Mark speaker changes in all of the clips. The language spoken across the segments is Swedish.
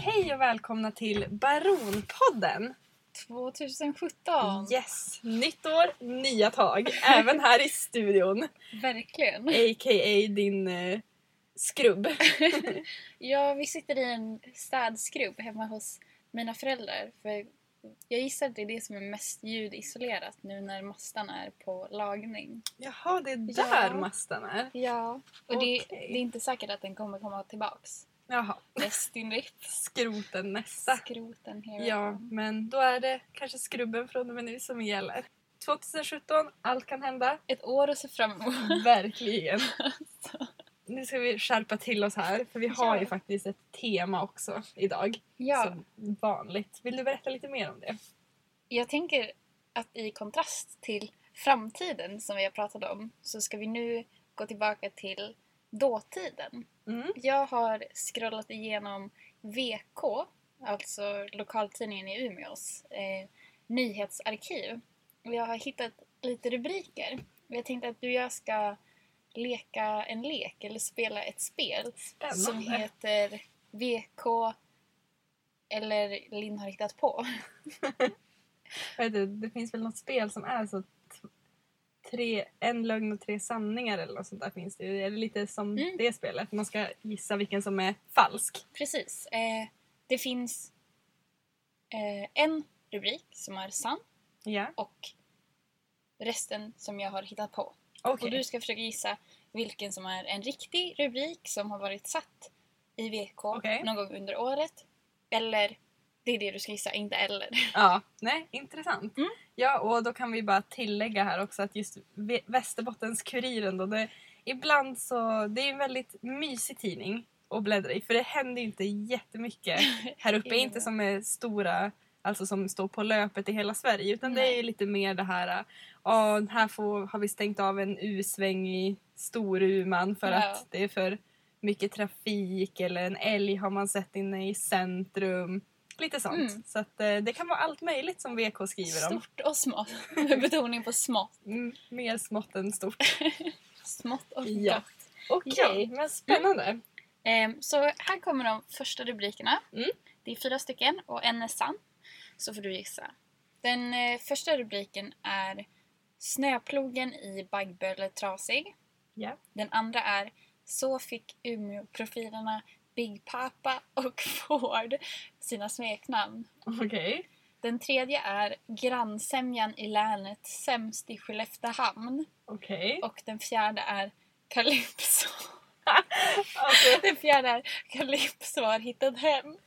Speaker 1: Hej och välkomna till Baronpodden
Speaker 2: 2017.
Speaker 1: Yes, nytt år, nya tag. Även här i studion.
Speaker 2: Verkligen.
Speaker 1: A.k.a. din skrubb.
Speaker 2: Ja, vi sitter i en städskrubb hemma hos mina föräldrar. För jag gissar att det är det som är mest ljudisolerat nu när mastan är på lagning.
Speaker 1: Jaha, det är där mastan är.
Speaker 2: Ja, och
Speaker 1: Okej.
Speaker 2: det är inte säkert att den kommer komma tillbaks.
Speaker 1: Jaha.
Speaker 2: Nästin RIP.
Speaker 1: Skroten nästa.
Speaker 2: Skroten here.
Speaker 1: Ja, men då är det kanske skrubben från och med nu som gäller. 2017, allt kan hända.
Speaker 2: Ett år att se fram emot.
Speaker 1: Verkligen. Nu ska vi skärpa till oss här, för vi har ju faktiskt ett tema också idag.
Speaker 2: Ja.
Speaker 1: Som vanligt. Vill du berätta lite mer om det?
Speaker 2: Jag tänker att i kontrast till framtiden som vi har pratat om så ska vi nu gå tillbaka till dåtiden.
Speaker 1: Mm.
Speaker 2: Jag har scrollat igenom VK, alltså lokaltidningen i Umeås nyhetsarkiv. Och jag har hittat lite rubriker. Jag tänkte att du och jag ska leka en lek eller spela ett spel.
Speaker 1: Spännande.
Speaker 2: Som heter VK eller Linn har hittat på.
Speaker 1: Det finns väl något spel som är så en lögn och 3 sanningar eller något sånt där finns det. Är det lite som det spelet? Man ska gissa vilken som är falsk.
Speaker 2: Precis. Det finns en rubrik som är sann
Speaker 1: Ja.
Speaker 2: och resten som jag har hittat på.
Speaker 1: Okej.
Speaker 2: Och du ska försöka gissa vilken som är en riktig rubrik som har varit satt i VK någon gång under året. Eller, det är det du ska gissa, inte eller.
Speaker 1: Ja, nej, intressant. Ja, och då kan vi bara tillägga här också att just Västerbottens-Kuriren då, ibland så, det är en väldigt mysig tidning att bläddra i, för det händer ju inte jättemycket här uppe, inte som är stora, alltså som står på löpet i hela Sverige, utan det är ju lite mer det här, här har vi stängt av en U-sväng i Storuman för att det är för mycket trafik, eller en älg har man sett inne i centrum. Lite sånt. Så att, det kan vara allt möjligt som VK skriver om.
Speaker 2: Stort och smått. Betoning på smått.
Speaker 1: Mer smått än stort.
Speaker 2: Smått och
Speaker 1: ja.
Speaker 2: gott.
Speaker 1: Okej, men spännande.
Speaker 2: Så här kommer de första rubrikerna. Det är 4 stycken och en är sann. Så får du gissa. Den första rubriken är Snöplogen i Baggböle trasig.
Speaker 1: Ja.
Speaker 2: Den andra är Så fick Umeå-profilerna Big Papa och Ford sina smeknamn.
Speaker 1: Okej.
Speaker 2: Den tredje är Grannsämjan i länet sämst i Skelleftehamn.
Speaker 1: Okej.
Speaker 2: Och den fjärde är Calypso.
Speaker 1: Alltså,
Speaker 2: Den fjärde är Calypso har hittat hem.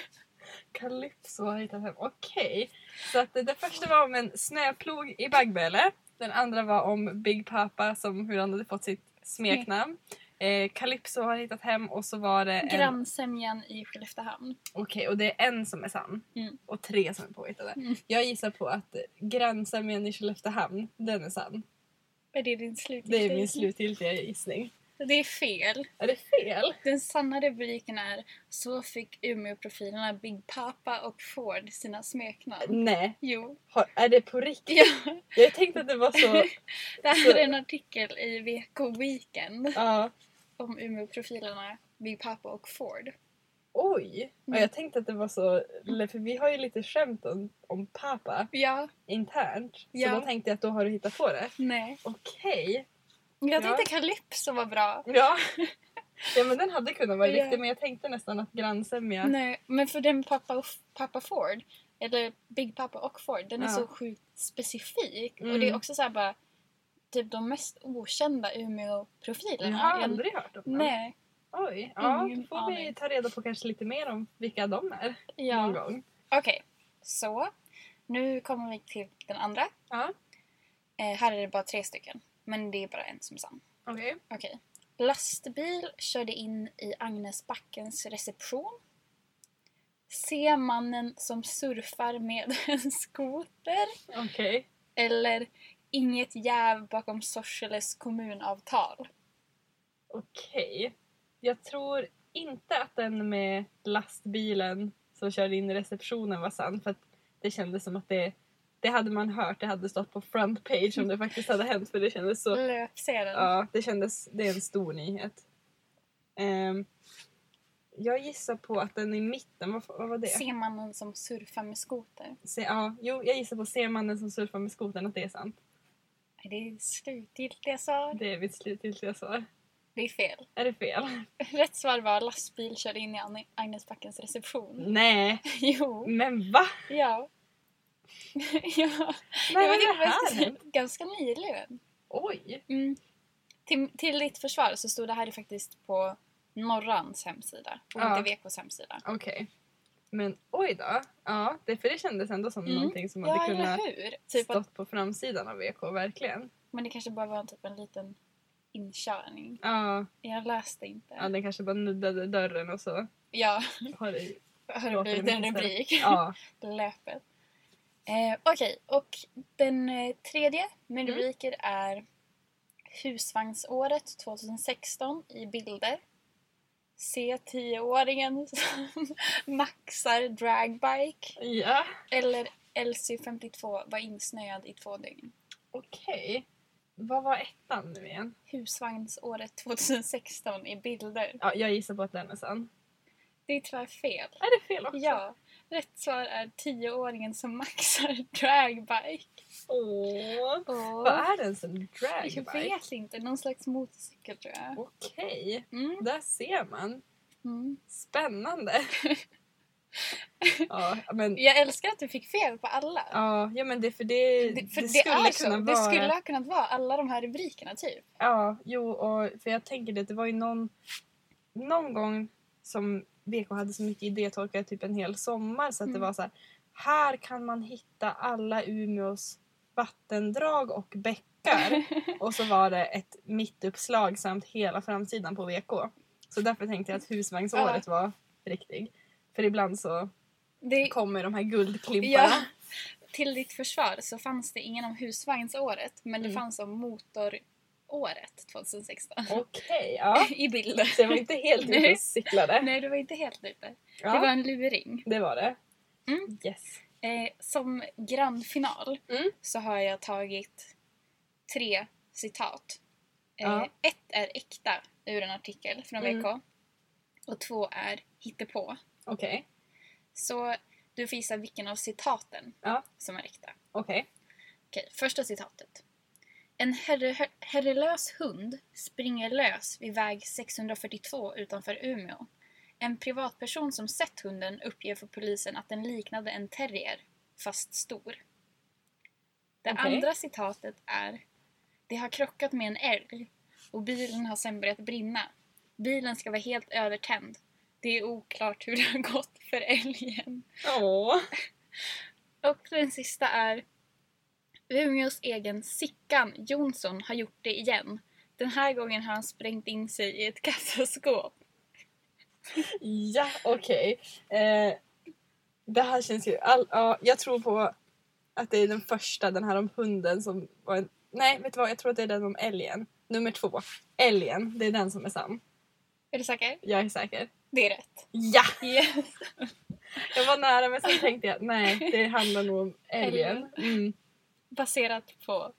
Speaker 1: Calypso har hittat hem. Okej. Så att det första var om en snöplog i Baggböle. Den andra var om Big Papa, som hur han hade fått sitt smeknamn. Calypso har hittat hem, och så var det
Speaker 2: Grannsämjan i Skelleftehamn.
Speaker 1: Okej, och det är en som är sann. Och 3 som är påhittade. Jag gissar på att Grannsämjan i Skelleftehamn, den är sann.
Speaker 2: Är det din slutgiltiga?
Speaker 1: Det är min slutgiltiga gissning.
Speaker 2: Det är fel.
Speaker 1: Är det fel?
Speaker 2: Den sanna rubriken är Så fick Umeå-profilerna Big Papa och Ford sina smeknamn.
Speaker 1: Nej.
Speaker 2: Jo.
Speaker 1: Är det på riktigt?
Speaker 2: Ja.
Speaker 1: Jag tänkte att det var så...
Speaker 2: Det här är en artikel i VK Weekend.
Speaker 1: Ja.
Speaker 2: Om Umeå-profilerna Big Papa och Ford.
Speaker 1: Oj. Ja, jag tänkte att det var så... För vi har ju lite skämt om pappa.
Speaker 2: Ja.
Speaker 1: Internt. Så
Speaker 2: Ja.
Speaker 1: då tänkte jag att då har du hittat på det.
Speaker 2: Nej.
Speaker 1: Okej.
Speaker 2: Jag tänkte Calypso var bra.
Speaker 1: Ja. Ja, men den hade kunnat vara riktig. Men jag tänkte nästan att Grannsämja...
Speaker 2: Nej, men för den Papa Ford, eller Big Papa och Ford, den är så sjukt specifik. Och det är också så här bara typ de mest okända Umeå-profilerna.
Speaker 1: Jag har aldrig hört om dem.
Speaker 2: Nej.
Speaker 1: Oj, ja,
Speaker 2: Ingen
Speaker 1: då får vi
Speaker 2: aning.
Speaker 1: ta reda på kanske lite mer om vilka de är någon gång.
Speaker 2: Okej, så nu kommer vi till den andra.
Speaker 1: Ja,
Speaker 2: Här är det bara 3 stycken, men det är bara en som är sann.
Speaker 1: okej.
Speaker 2: Lastbil körde in i Agnesbackens reception. Se mannen som surfar med en skoter.
Speaker 1: Okej.
Speaker 2: Eller inget jäv bakom Sorseles kommunavtal.
Speaker 1: Okej. Jag tror inte att den med lastbilen som körde in i receptionen var sann. För att det kändes som att det hade man hört. Det hade stått på front page om det faktiskt hade hänt. För det kändes så...
Speaker 2: Löpsedeln.
Speaker 1: Ja, det är en stor nyhet. Jag gissar på att den är i mitten. Vad var det?
Speaker 2: Se mannen som surfar med skoter.
Speaker 1: Jag gissar på se mannen som surfar med skotern, att det är sant.
Speaker 2: Är det slutgiltiga svar?
Speaker 1: Det är mitt slutgiltiga svar.
Speaker 2: Det är fel.
Speaker 1: Är det fel?
Speaker 2: Rätt svar var lastbil körde in i Agnesbackens reception.
Speaker 1: Nej.
Speaker 2: Jo.
Speaker 1: Men va?
Speaker 2: Ja. Ja.
Speaker 1: Nej,
Speaker 2: Jag
Speaker 1: vad är det här?
Speaker 2: vet, ganska nyligen.
Speaker 1: Oj.
Speaker 2: Till ditt försvar så stod det här faktiskt på Norrans hemsida och
Speaker 1: Ja.
Speaker 2: inte VKs hemsida.
Speaker 1: Okej. Men oj då. Ja, för det kändes ändå som någonting som hade kunnat
Speaker 2: hur? Typ
Speaker 1: stått på framsidan av VK, verkligen.
Speaker 2: Men det kanske bara var typ en liten inkörning.
Speaker 1: Ja,
Speaker 2: Jag läste inte.
Speaker 1: ja, den kanske bara nuddade dörren och så
Speaker 2: Ja,
Speaker 1: har det
Speaker 2: har det blivit en rubrik.
Speaker 1: Ja.
Speaker 2: Löpet. Okej, och den tredje med rubriker är Husvagnsåret 2016 i bilder. Se 10-åringen som maxar dragbike.
Speaker 1: Ja.
Speaker 2: Eller LC52 var insnöad i 2 dygn.
Speaker 1: Okej. Vad var ettan nu igen?
Speaker 2: Husvagnsåret 2016 i bilder.
Speaker 1: Ja, jag gissar på att den är sann.
Speaker 2: Det är tyvärr fel.
Speaker 1: Är det fel också?
Speaker 2: Ja, rätt svar är 10-åringen som maxar dragbike.
Speaker 1: Åh.
Speaker 2: Åh.
Speaker 1: Vad är den som
Speaker 2: Jag
Speaker 1: dragbike?
Speaker 2: vet inte, någon slags motorcykel tror jag.
Speaker 1: Okej.
Speaker 2: Mm.
Speaker 1: Där ser man.
Speaker 2: Mm.
Speaker 1: Spännande. Ja, men...
Speaker 2: Jag älskar att du fick fel på alla.
Speaker 1: Ja, men det skulle kunna vara...
Speaker 2: Det skulle ha kunnat vara alla de här rubrikerna typ.
Speaker 1: Ja, jo, och för jag tänker det var ju någon gång som VK hade så mycket idétorka typ en hel sommar så att det var så här kan man hitta alla Umeås vattendrag och bäckar. Och så var det ett mittuppslag samt hela framsidan på VK. Så därför tänkte jag att husvagnsåret var riktig. För ibland så kommer de här guldklimparna.
Speaker 2: Ja, till ditt försvar så fanns det ingen om husvagnsåret, men det fanns om motoråret 2016.
Speaker 1: Okej, ja.
Speaker 2: I bilder.
Speaker 1: Så jag var inte helt ute och cyklade.
Speaker 2: Nej, du var inte helt ute.
Speaker 1: Ja.
Speaker 2: Det var en luring.
Speaker 1: Det var det.
Speaker 2: Mm.
Speaker 1: Yes.
Speaker 2: Som grandfinal så har jag tagit 3 citat.
Speaker 1: Ja.
Speaker 2: 1 är äkta ur en artikel från VK. Och 2 är hittepå.
Speaker 1: Okej.
Speaker 2: Så du får gissa vilken av citaten som är äkta.
Speaker 1: Okej.
Speaker 2: Okej, första citatet. En herrelös hund springer lös vid väg 642 utanför Umeå. En privatperson som sett hunden uppger för polisen att den liknade en terrier, fast stor. Det andra citatet är: det har krockat med en älg och bilen har sen börjat brinna. Bilen ska vara helt övertänd. Det är oklart hur det har gått för älgen.
Speaker 1: Åh.
Speaker 2: Och den sista är: Umeås egen Sickan Jonsson har gjort det igen. Den här gången har han sprängt in sig i ett kassaskåp.
Speaker 1: Ja, okej. Det här känns ju... jag tror på att det är den första, den här om hunden som var en... Nej, vet du vad? Jag tror att det är den om älgen. Nummer 2. Älgen, det är den som är sann.
Speaker 2: Är du säker?
Speaker 1: Jag är säker.
Speaker 2: Det är rätt.
Speaker 1: Ja!
Speaker 2: Yes.
Speaker 1: Jag var nära, men sen tänkte jag nej, det handlar nog om älgen.
Speaker 2: Baserat på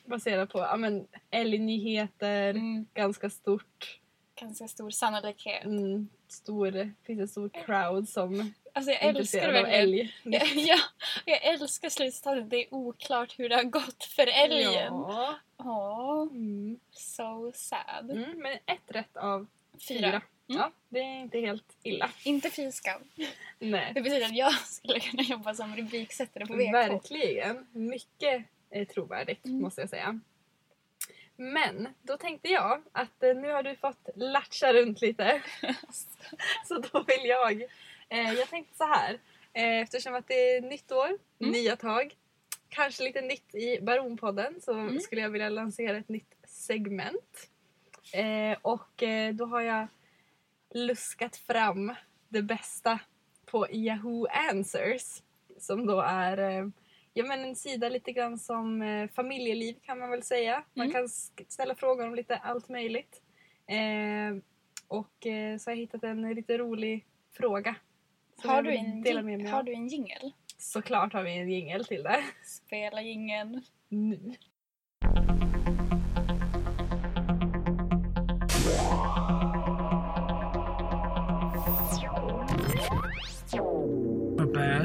Speaker 1: älgnyheter, ganska stort.
Speaker 2: Ganska stor sannolikhet.
Speaker 1: Finns en stor crowd som
Speaker 2: alltså jag älskar det
Speaker 1: älg.
Speaker 2: Jag älskar slutstadet. Det är oklart hur det har gått för älgen.
Speaker 1: Ja.
Speaker 2: So sad.
Speaker 1: Men 1 rätt av
Speaker 2: 4.
Speaker 1: Ja, det är inte helt illa.
Speaker 2: Inte fy skam.
Speaker 1: Nej.
Speaker 2: Det betyder att jag skulle kunna jobba som rubriksättare på VK.
Speaker 1: Verkligen. Mycket trovärdigt måste jag säga. Men då tänkte jag att nu har du fått latcha runt lite. Så då vill jag tänkte så här. Eftersom att det är nytt år, nya tag. Kanske lite nytt i Baronpodden så skulle jag vilja lansera ett nytt segment. Och då har jag luskat fram det bästa på Yahoo Answers. Som då är en sida lite grann som familjeliv kan man väl säga. Man kan ställa frågor om lite allt möjligt. Och så har jag hittat en lite rolig fråga.
Speaker 2: Har du en jingle?
Speaker 1: Såklart har vi en jingle till det.
Speaker 2: Spela jingeln.
Speaker 1: Nu.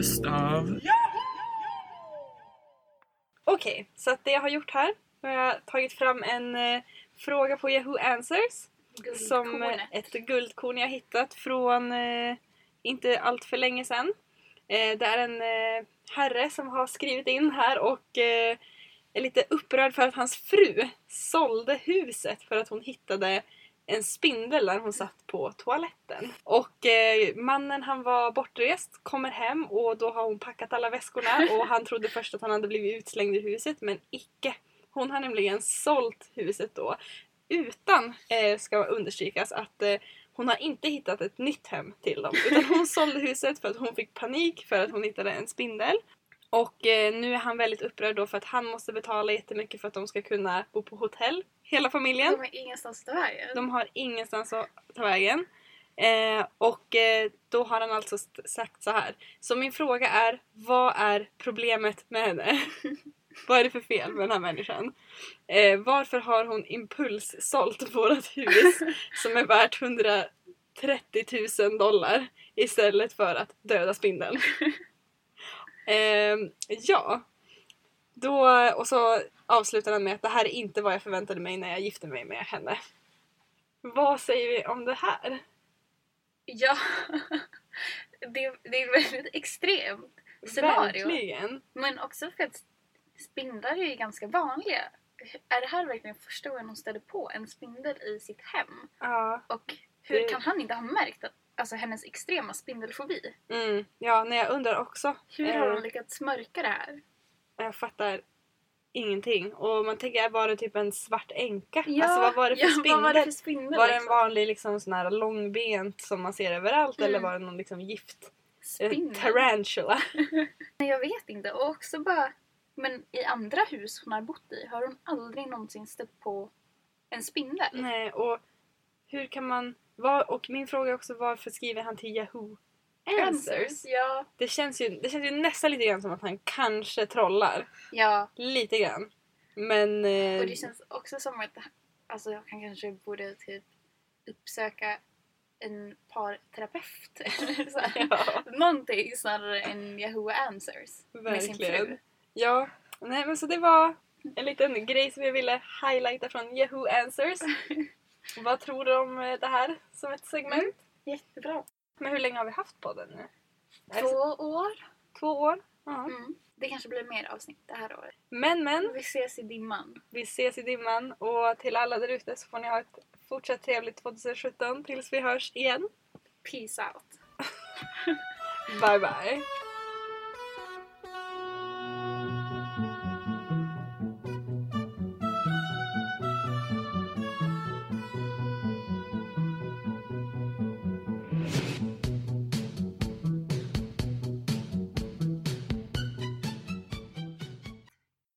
Speaker 3: Best of.
Speaker 1: Okej, så att det jag har gjort här har jag tagit fram en fråga på Yahoo Answers. Som ett guldkorn jag hittat från inte allt för länge sedan. Det är en herre som har skrivit in här och är lite upprörd för att hans fru sålde huset för att hon hittade en spindel där hon satt på toaletten. Och mannen, han var bortrest, kommer hem och då har hon packat alla väskorna och han trodde först att han hade blivit utslängd ur huset, men icke. Hon har nämligen sålt huset då utan, ska understrykas, att hon har inte hittat ett nytt hem till dem. Utan hon sålde huset för att hon fick panik för att hon hittade en spindel. Och nu är han väldigt upprörd då för att han måste betala jättemycket för att de ska kunna bo på hotell. Hela familjen.
Speaker 2: De har ingenstans att ta vägen.
Speaker 1: De har ingenstans att ta vägen. Och då har han alltså sagt så här. Så min fråga är, vad är problemet med henne? Vad är det för fel med den här människan? Varför har hon impulssålt vårat hus som är värt $130,000 istället för att döda spindeln? Ja. Och så avslutar han med att det här är inte vad jag förväntade mig när jag gifte mig med henne. Vad säger vi om det här?
Speaker 2: Ja, det är ett väldigt extremt scenario.
Speaker 1: Verkligen.
Speaker 2: Men också för att spindlar är ju ganska vanliga. Är det här verkligen första gången hon ställer på en spindel i sitt hem?
Speaker 1: Ja.
Speaker 2: Och hur kan han inte ha märkt att, alltså, hennes extrema spindelfobi?
Speaker 1: Ja, nej, jag undrar också.
Speaker 2: Hur har hon lyckats mörka det här?
Speaker 1: Jag fattar ingenting. Och man tänker, var det typ en svart änka?
Speaker 2: Ja,
Speaker 1: alltså vad var det för spindel?
Speaker 2: Vad var det för spindel?
Speaker 1: Var det en vanlig liksom sån här långbent som man ser överallt? Eller var det någon liksom tarantula?
Speaker 2: Nej, jag vet inte. Och också bara... Men i andra hus hon har bott i har hon aldrig någonsin stött på en spindel.
Speaker 1: Nej, och hur kan man... Och min fråga är också, varför skriver han till Yahoo Answers?
Speaker 2: Ja.
Speaker 1: Det känns ju nästan lite grann som att han kanske trollar.
Speaker 2: Ja.
Speaker 1: Lite grann. Men...
Speaker 2: Och det känns också som att alltså, jag kanske borde typ uppsöka en parterapeut. Ja. Någonting snarare än Yahoo Answers.
Speaker 1: Verkligen.
Speaker 2: Med sin fru.
Speaker 1: Ja, nej men så det var en liten grej som jag ville highlighta från Yahoo Answers. Vad tror du om det här som ett segment?
Speaker 2: Jättebra.
Speaker 1: Men hur länge har vi haft på den nu?
Speaker 2: 2 år.
Speaker 1: 2 år? Ja.
Speaker 2: Det kanske blir mer avsnitt det här året.
Speaker 1: Men.
Speaker 2: Vi ses i dimman.
Speaker 1: Vi ses i dimman. Och till alla där ute så får ni ha ett fortsatt trevligt 2017 tills vi hörs igen.
Speaker 2: Peace out.
Speaker 1: Bye bye.